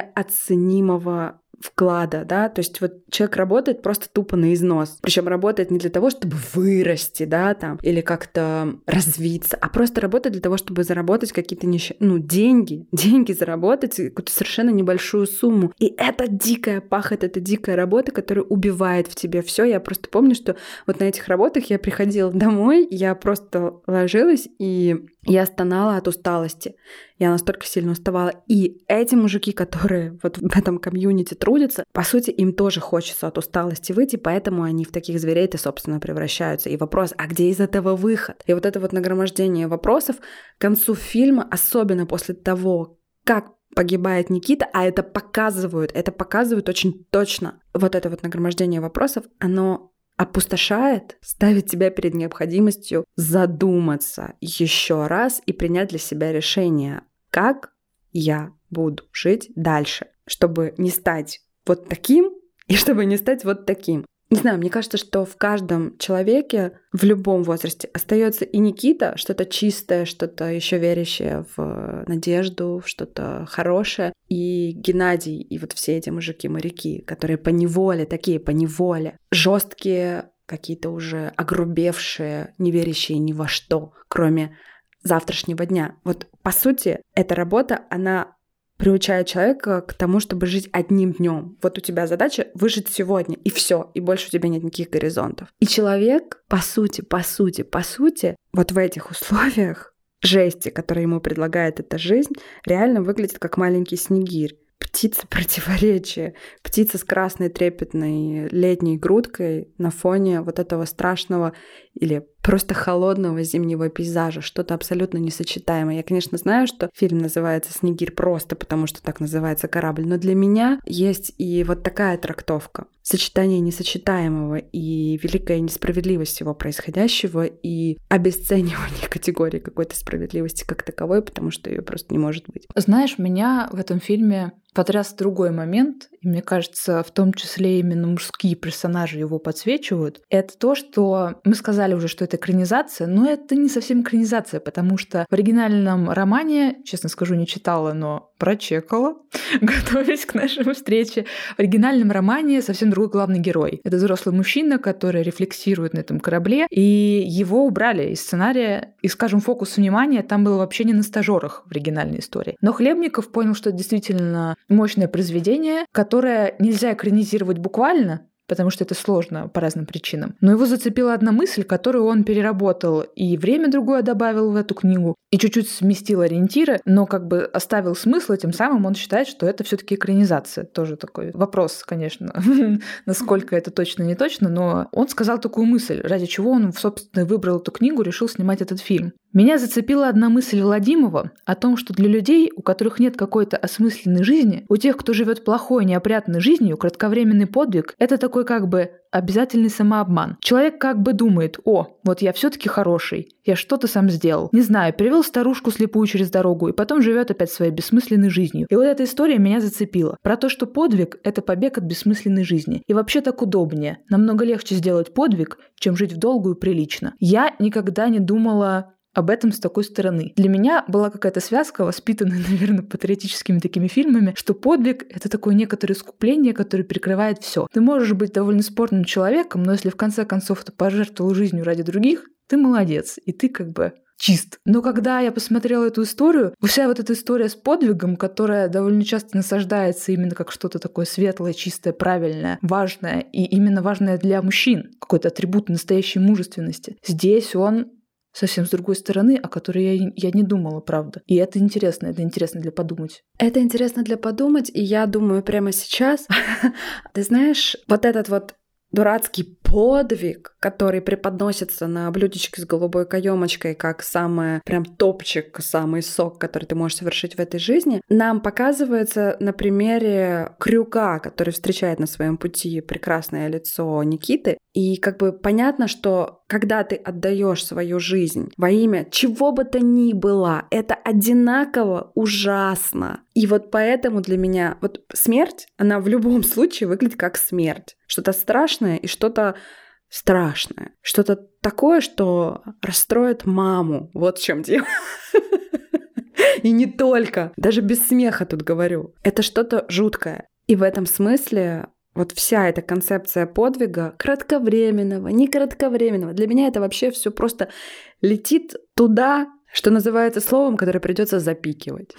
неоценимого вклада, да, то есть вот человек работает просто тупо на износ, причем работает не для того, чтобы вырасти, да, там, или как-то развиться, а просто работает для того, чтобы заработать какие-то нищ... ну, деньги, деньги заработать, какую-то совершенно небольшую сумму. И это дикая пахоть, это дикая работа, которая убивает в тебе все. Я просто помню, что вот на этих работах я приходила домой, я просто ложилась, и я стонала от усталости. Я настолько сильно уставала. И эти мужики, которые вот в этом комьюнити трудятся, по сути, им тоже хочется от усталости выйти, поэтому они в таких зверей-то, собственно, превращаются. И вопрос, а где из этого выход? И вот это вот нагромождение вопросов к концу фильма, особенно после того, как погибает Никита, а это показывают, это показывают очень точно. Вот это вот нагромождение вопросов, оно опустошает, ставит тебя перед необходимостью задуматься еще раз и принять для себя решение, как я буду жить дальше, чтобы не стать вот таким и чтобы не стать вот таким. Не знаю, мне кажется, что в каждом человеке в любом возрасте остается и Никита, что-то чистое, что-то еще верящее в надежду, в что-то хорошее, и Геннадий, и вот все эти мужики-моряки, которые поневоле, такие поневоле, жесткие, какие-то уже огрубевшие, не верящие ни во что, кроме завтрашнего дня. Вот по сути, эта работа, она приучает человека к тому, чтобы жить одним днем. Вот у тебя задача выжить сегодня, и все, и больше у тебя нет никаких горизонтов. И человек, по сути, по сути, по сути, вот в этих условиях жести, которые ему предлагает эта жизнь, реально выглядит как маленький снегирь. Птица противоречия, птица с красной трепетной летней грудкой на фоне вот этого страшного или просто холодного зимнего пейзажа, что-то абсолютно несочетаемое. Я, конечно, знаю, что фильм называется «Снегирь» просто потому, что так называется корабль, но для меня есть и вот такая трактовка. Сочетание несочетаемого и великая несправедливость всего происходящего и обесценивание категории какой-то справедливости как таковой, потому что ее просто не может быть. Знаешь, меня в этом фильме потряс другой момент, и мне кажется, в том числе именно мужские персонажи его подсвечивают, это то, что мы сказали уже, что это экранизация, но это не совсем экранизация, потому что в оригинальном романе, честно скажу, не читала, но прочекала, готовясь к нашей встрече. В оригинальном романе совсем другой главный герой. Это взрослый мужчина, который рефлексирует на этом корабле, и его убрали из сценария, и, скажем, фокус внимания там был вообще не на стажерах в оригинальной истории. Но Хлебников понял, что это действительно мощное произведение, которое нельзя экранизировать буквально, потому что это сложно по разным причинам. Но его зацепила одна мысль, которую он переработал и время другое добавил в эту книгу, и чуть-чуть сместил ориентиры, но как бы оставил смысл, и тем самым он считает, что это все-таки экранизация. Тоже такой вопрос, конечно, насколько это точно, не точно, но он сказал такую мысль, ради чего он, собственно, выбрал эту книгу, решил снимать этот фильм. Меня зацепила одна мысль Владимова о том, что для людей, у которых нет какой-то осмысленной жизни, у тех, кто живет плохой, неопрятной жизнью, кратковременный подвиг — это такой как бы обязательный самообман. Человек как бы думает: о, вот я все-таки хороший, я что-то сам сделал. Не знаю, перевел старушку слепую через дорогу и потом живет опять своей бессмысленной жизнью. И вот эта история меня зацепила. Про то, что подвиг — это побег от бессмысленной жизни. И вообще так удобнее. Намного легче сделать подвиг, чем жить в долгу и прилично. Я никогда не думала об этом с такой стороны. Для меня была какая-то связка, воспитанная, наверное, патриотическими такими фильмами, что подвиг — это такое некоторое искупление, которое перекрывает все. Ты можешь быть довольно спорным человеком, но если в конце концов ты пожертвовал жизнью ради других, ты молодец, и ты как бы чист. Но когда я посмотрела эту историю, вся вот эта история с подвигом, которая довольно часто насаждается именно как что-то такое светлое, чистое, правильное, важное, и именно важное для мужчин, какой-то атрибут настоящей мужественности, здесь он совсем с другой стороны, о которой я, я не думала, правда. И это интересно, это интересно для подумать. Это интересно для подумать, и я думаю прямо сейчас, ты знаешь, вот этот вот дурацкий подвиг, который преподносится на блюдечке с голубой каемочкой как самый прям топчик, самый сок, который ты можешь совершить в этой жизни, нам показывается на примере Крюка, который встречает на своем пути прекрасное лицо Никиты. И как бы понятно, что когда ты отдаешь свою жизнь во имя чего бы то ни было, это одинаково ужасно. И вот поэтому для меня вот смерть, она в любом случае выглядит как смерть. Что-то страшное и что-то страшное. Что-то такое, что расстроит маму. Вот в чем дело. И не только. Даже без смеха тут говорю. Это что-то жуткое. И в этом смысле вот вся эта концепция подвига, кратковременного, не кратковременного, для меня это вообще все просто летит туда, что называется словом, которое придется запикивать.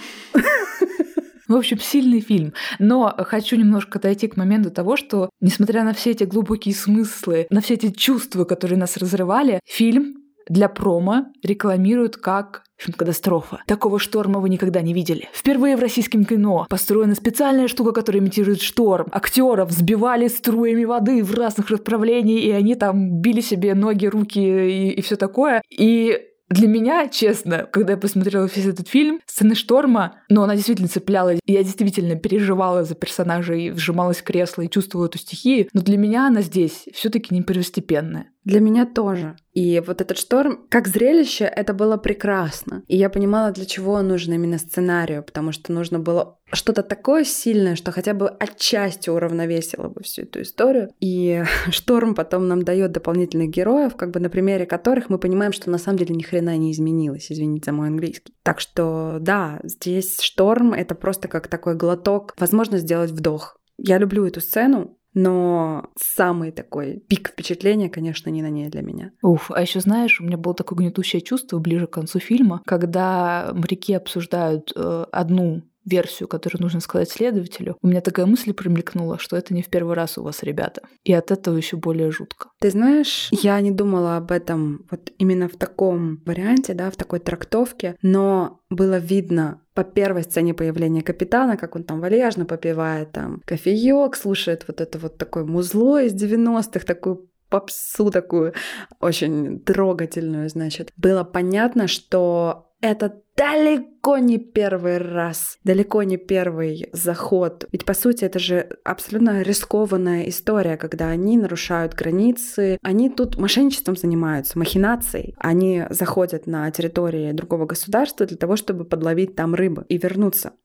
В общем, сильный фильм. Но хочу немножко отойти к моменту того, что, несмотря на все эти глубокие смыслы, на все эти чувства, которые нас разрывали, фильм для промо рекламируют как фильм-катастрофа. Такого шторма вы никогда не видели. Впервые в российском кино построена специальная штука, которая имитирует шторм. Актеров взбивали струями воды в разных направлениях, и они там били себе ноги, руки и, и все такое. И для меня, честно, когда я посмотрела весь этот фильм, сцена шторма, но она действительно цепляла. Я действительно переживала за персонажей, вжималась в кресло и чувствовала эту стихию. Но для меня она здесь все-таки не первостепенная. Для меня тоже. И вот этот шторм, как зрелище, это было прекрасно. И я понимала, для чего он нужен именно сценарию, потому что нужно было что-то такое сильное, что хотя бы отчасти уравновесило бы всю эту историю. И шторм потом нам дает дополнительных героев, как бы на примере которых мы понимаем, что на самом деле ни хрена не изменилось, извините за мой английский. Так что да, здесь шторм — это просто как такой глоток, возможно, сделать вдох. Я люблю эту сцену, но самый такой пик впечатления, конечно, не на ней для меня. Уф, а еще знаешь, у меня было такое гнетущее чувство ближе к концу фильма, когда моряки обсуждают э, одну версию, которую нужно сказать следователю, у меня такая мысль промелькнула, что это не в первый раз у вас, ребята. И от этого еще более жутко. Ты знаешь, я не думала об этом вот именно в таком варианте, да, в такой трактовке, но было видно по первой сцене появления капитана, как он там вальяжно попивает там кофеёк, слушает вот это вот такое музло из девяностых, такую попсу такую очень трогательную, значит. Было понятно, что это далеко не первый раз, далеко не первый заход. Ведь, по сути, это же абсолютно рискованная история, когда они нарушают границы. Они тут мошенничеством занимаются, махинацией. Они заходят на территории другого государства для того, чтобы подловить там рыбу и вернуться.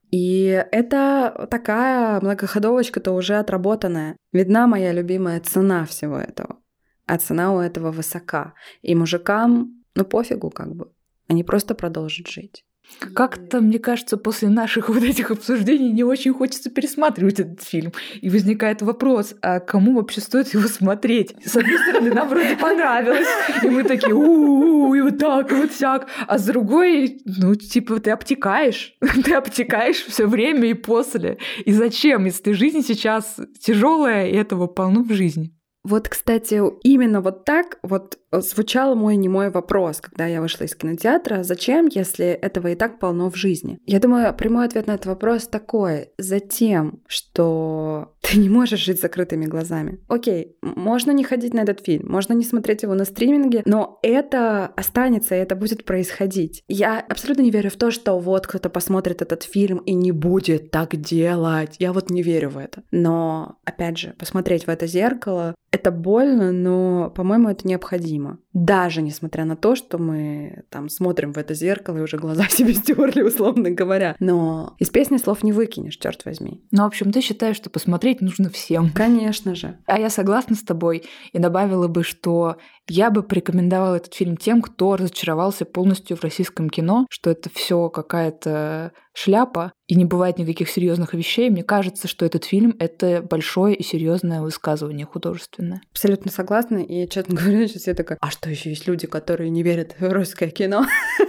И это такая многоходовочка-то уже отработанная. Видна моя любимая цена всего этого. А цена у этого высока. И мужикам, ну пофигу как бы. Они просто продолжат жить. Как-то, мне кажется, после наших вот этих обсуждений не очень хочется пересматривать этот фильм. И возникает вопрос, а кому вообще стоит его смотреть? С одной стороны, нам вроде понравилось, и мы такие, у-у-у, и вот так, и вот сяк. А с другой, ну, типа, ты обтекаешь. Ты обтекаешь все время и после. И зачем, если жизнь сейчас тяжелая, и этого полно в жизни? Вот, кстати, именно вот так вот звучал мой немой вопрос, когда я вышла из кинотеатра. Зачем, если этого и так полно в жизни? Я думаю, прямой ответ на этот вопрос такой. Затем, что ты не можешь жить с закрытыми глазами. Окей, можно не ходить на этот фильм, можно не смотреть его на стриминге, но это останется, и это будет происходить. Я абсолютно не верю в то, что вот кто-то посмотрит этот фильм и не будет так делать. Я вот не верю в это. Но, опять же, посмотреть в это зеркало — это больно, но, по-моему, это необходимо. Даже несмотря на то, что мы там смотрим в это зеркало и уже глаза себе стерли, условно говоря. Но из песни слов не выкинешь, черт возьми. Ну, в общем, ты считаешь, что посмотреть нужно всем. Конечно же. А я согласна с тобой и добавила бы, что я бы порекомендовала этот фильм тем, кто разочаровался полностью в российском кино, что это все какая-то шляпа и не бывает никаких серьезных вещей. Мне кажется, что этот фильм — это большое и серьезное высказывание художественное. Абсолютно согласна. И, честно говоря, сейчас я такая, а что еще есть люди, которые не верят в русское кино?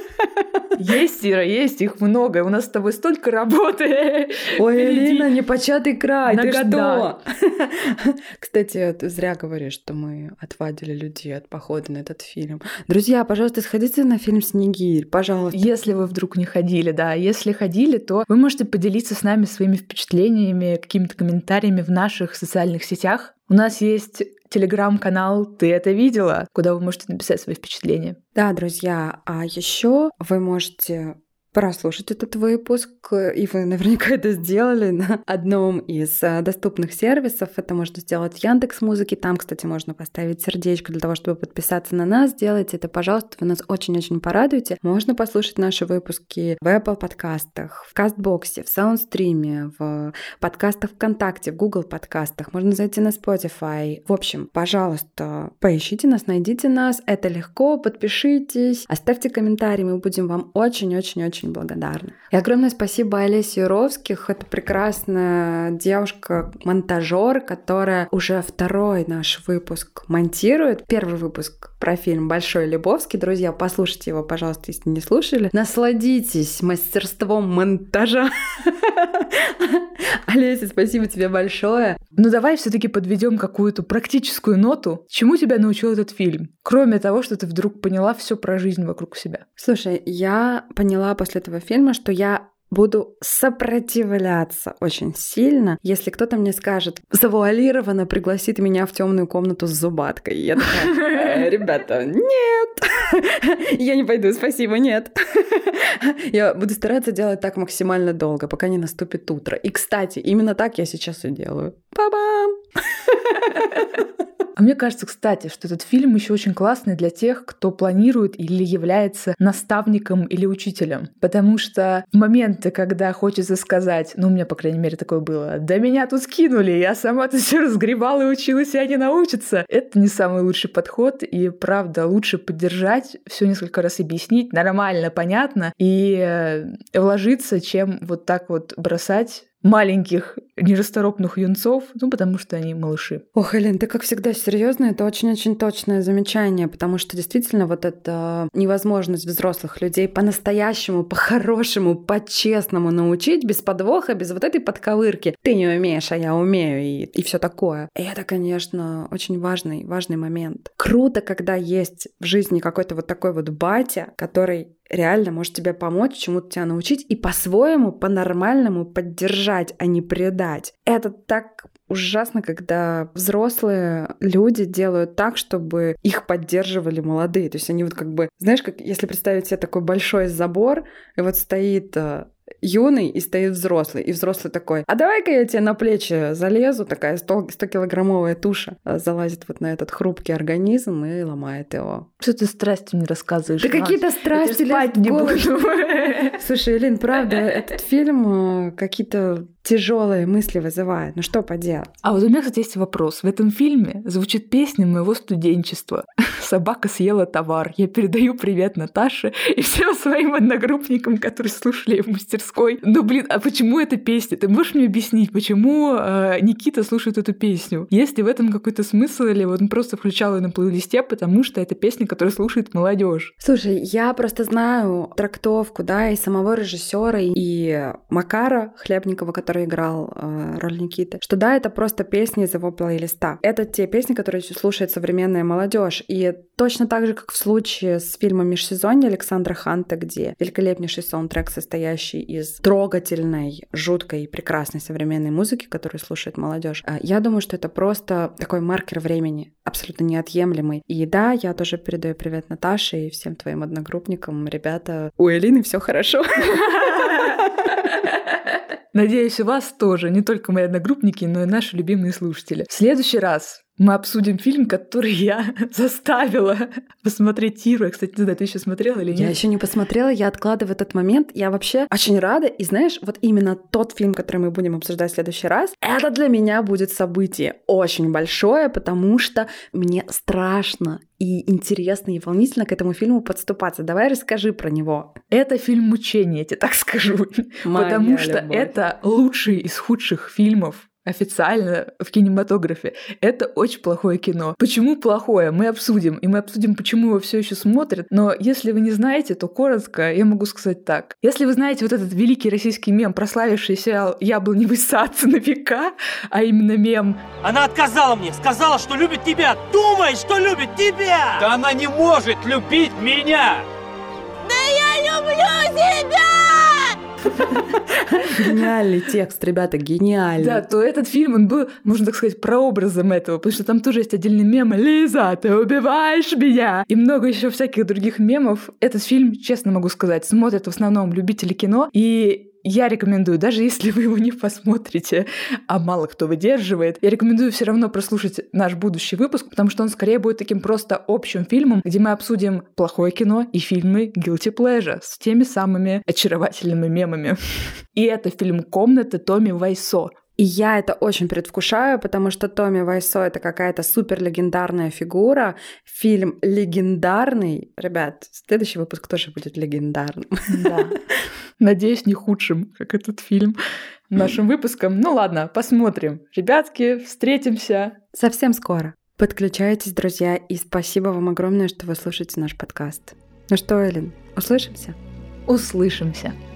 Есть, Ира, есть, их много. У нас с тобой столько работы. Ой, Алина, непочатый край, на ты года. что? Кстати, ты зря говоришь, что мы отвадили людей от похода на этот фильм. Друзья, пожалуйста, сходите на фильм «Снегирь», пожалуйста. Если вы вдруг не ходили, да, если ходили, то вы можете поделиться с нами своими впечатлениями, какими-то комментариями в наших социальных сетях. У нас есть телеграм-канал «Ты это видела?», куда вы можете написать свои впечатления. Да, друзья, а еще вы можете прослушать этот выпуск, и вы наверняка это сделали на одном из доступных сервисов. Это можно сделать в Яндекс.Музыке. Там, кстати, можно поставить сердечко для того, чтобы подписаться на нас. Сделайте это, пожалуйста, вы нас очень-очень порадуете. Можно послушать наши выпуски в Apple подкастах, в Кастбоксе, в Саундстриме, в подкастах ВКонтакте, в Google подкастах. Можно зайти на Spotify. В общем, пожалуйста, поищите нас, найдите нас. Это легко, подпишитесь, оставьте комментарий, мы будем вам очень-очень-очень очень благодарна. И огромное спасибо Олесе Юровских. Это прекрасная девушка-монтажер, которая уже второй наш выпуск монтирует. Первый выпуск про фильм «Большой Лебовский». Друзья, послушайте его, пожалуйста, если не слушали. Насладитесь мастерством монтажа. Олеся, спасибо тебе большое. Ну давай все-таки подведем какую-то практическую ноту. Чему тебя научил этот фильм? Кроме того, что ты вдруг поняла все про жизнь вокруг себя. Слушай, я поняла после этого фильма, что я буду сопротивляться очень сильно, если кто-то мне скажет, завуалированно пригласит меня в темную комнату с зубаткой. Я такая, ребята, нет, я не пойду, спасибо, нет. Я буду стараться делать так максимально долго, пока не наступит утро. И, кстати, именно так я сейчас и делаю. Ба-бам! А мне кажется, кстати, что этот фильм еще очень классный для тех, кто планирует или является наставником или учителем. Потому что в моменты, когда хочется сказать, ну, у меня, по крайней мере, такое было, да меня тут скинули, я сама тут все разгребала и училась, и они научатся. Это не самый лучший подход, и правда, лучше поддержать, все несколько раз объяснить, нормально, понятно, и вложиться, чем вот так вот бросать маленьких нерасторопных юнцов, ну, потому что они малыши. Ох, Элин, ты, как всегда, серьезно, это очень-очень точное замечание, потому что действительно вот эта невозможность взрослых людей по-настоящему, по-хорошему, по-честному научить, без подвоха, без вот этой подковырки. Ты не умеешь, а я умею, и, и все такое. И это, конечно, очень важный, важный момент. Круто, когда есть в жизни какой-то вот такой вот батя, который реально может тебе помочь, чему-то тебя научить и по-своему, по-нормальному поддержать, а не предать. Это так ужасно, когда взрослые люди делают так, чтобы их поддерживали молодые. То есть они вот как бы, знаешь, как если представить себе такой большой забор, и вот стоит юный и стоит взрослый. И взрослый такой: а давай-ка я тебе на плечи залезу. Такая сто-килограммовая туша залазит вот на этот хрупкий организм и ломает его. Что ты страсти мне рассказываешь? Да какие-то страсти, спать не буду. Слушай, Элин, правда, этот фильм какие-то тяжелые мысли вызывает. Ну что поделать? А вот у меня, кстати, есть вопрос. В этом фильме звучит песня моего студенчества. «Собака съела товар». Я передаю привет Наташе и всем своим одногруппникам, которые слушали ее в мастерской. Ну, блин, а почему эта песня? Ты можешь мне объяснить, почему э, Никита слушает эту песню? Есть ли в этом какой-то смысл, или вот он просто включал ее на плейлисте, потому что это песня, которую слушает молодежь? Слушай, я просто знаю трактовку, да, и самого режиссера, и Макара Хлебникова, который играл э, роль Никиты, что да, это просто песни из его плейлиста. Это те песни, которые слушает современная молодежь. И точно так же, как в случае с фильмом «Межсезонье» Александра Ханта, где великолепнейший саундтрек, состоящий из трогательной, жуткой и прекрасной современной музыки, которую слушает молодежь. Я думаю, что это просто такой маркер времени, абсолютно неотъемлемый. И да, я тоже передаю привет Наташе и всем твоим одногруппникам. Ребята, у Элины все хорошо. Надеюсь, у вас тоже, не только мои одногруппники, но и наши любимые слушатели. В следующий раз мы обсудим фильм, который я заставила посмотреть Иру. Я, кстати, не знаю, ты еще смотрела или нет? Я еще не посмотрела, я откладываю этот момент. Я вообще очень рада. И знаешь, вот именно тот фильм, который мы будем обсуждать в следующий раз, это для меня будет событие очень большое, потому что мне страшно и интересно, и волнительно к этому фильму подступаться. Давай расскажи про него. Это фильм мучения, я тебе так скажу. Моя потому что любовь. Это лучший из худших фильмов официально в кинематографе. Это очень плохое кино. Почему плохое? Мы обсудим. И мы обсудим, почему его все еще смотрят. Но если вы не знаете, то коротко я могу сказать так. Если вы знаете вот этот великий российский мем, прославивший сериал «Яблоневый сад» на века, а именно мем... Она отказала мне, сказала, что любит тебя. Думает, что любит тебя! Да она не может любить меня! Да я люблю тебя! Гениальный текст, ребята, гениальный. Да, то этот фильм, он был, можно так сказать, прообразом этого, потому что там тоже есть отдельный мем «Лиза, ты убиваешь меня!» и много еще всяких других мемов. Этот фильм, честно могу сказать, смотрят в основном любители кино, и я рекомендую, даже если вы его не посмотрите, а мало кто выдерживает, я рекомендую все равно прослушать наш будущий выпуск, потому что он скорее будет таким просто общим фильмом, где мы обсудим плохое кино и фильмы guilty pleasure с теми самыми очаровательными мемами. И это фильм «Комната» Томми Вайсо. И я это очень предвкушаю, потому что Томми Вайсо — это какая-то суперлегендарная фигура. Фильм легендарный. Ребят, следующий выпуск тоже будет легендарным. Да. Надеюсь, не худшим, как этот фильм, нашим выпуском. Ну ладно, посмотрим. Ребятки, встретимся. Совсем скоро. Подключайтесь, друзья, и спасибо вам огромное, что вы слушаете наш подкаст. Ну что, Элин, услышимся? Услышимся.